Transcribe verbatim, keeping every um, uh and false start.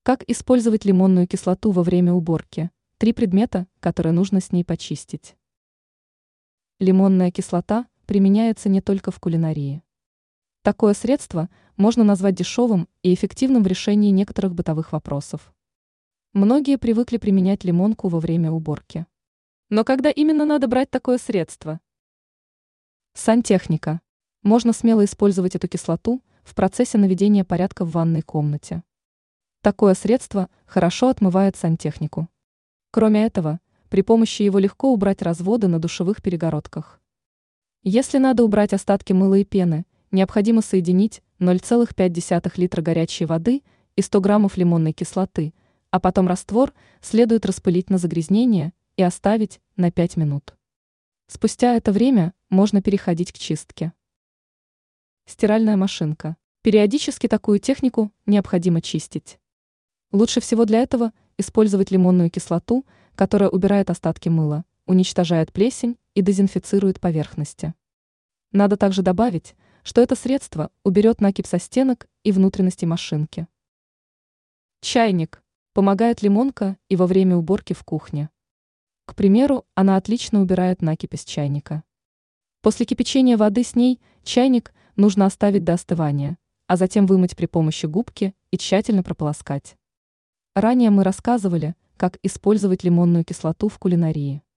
Как использовать лимонную кислоту во время уборки? Три предмета, которые нужно с ней почистить. Лимонная кислота применяется не только в кулинарии. Такое средство можно назвать дешевым и эффективным в решении некоторых бытовых вопросов. Многие привыкли применять лимонку во время уборки. Но когда именно надо брать такое средство? Сантехника. Можно смело использовать эту кислоту в процессе наведения порядка в ванной комнате. Такое средство хорошо отмывает сантехнику. Кроме этого, при помощи его легко убрать разводы на душевых перегородках. Если надо убрать остатки мыла и пены, необходимо соединить ноль целых пять десятых литра горячей воды и сто граммов лимонной кислоты, а потом раствор следует распылить на загрязнение и оставить на пять минут. Спустя это время можно переходить к чистке. Стиральная машинка. Периодически такую технику необходимо чистить. Лучше всего для этого использовать лимонную кислоту, которая убирает остатки мыла, уничтожает плесень и дезинфицирует поверхности. Надо также добавить, что это средство уберет накипь со стенок и внутренностей машинки. Чайник. Помогает лимонка и во время уборки в кухне. К примеру, она отлично убирает накипь из чайника. После кипячения воды с ней чайник нужно оставить до остывания, а затем вымыть при помощи губки и тщательно прополоскать. Ранее мы рассказывали, как использовать лимонную кислоту в кулинарии.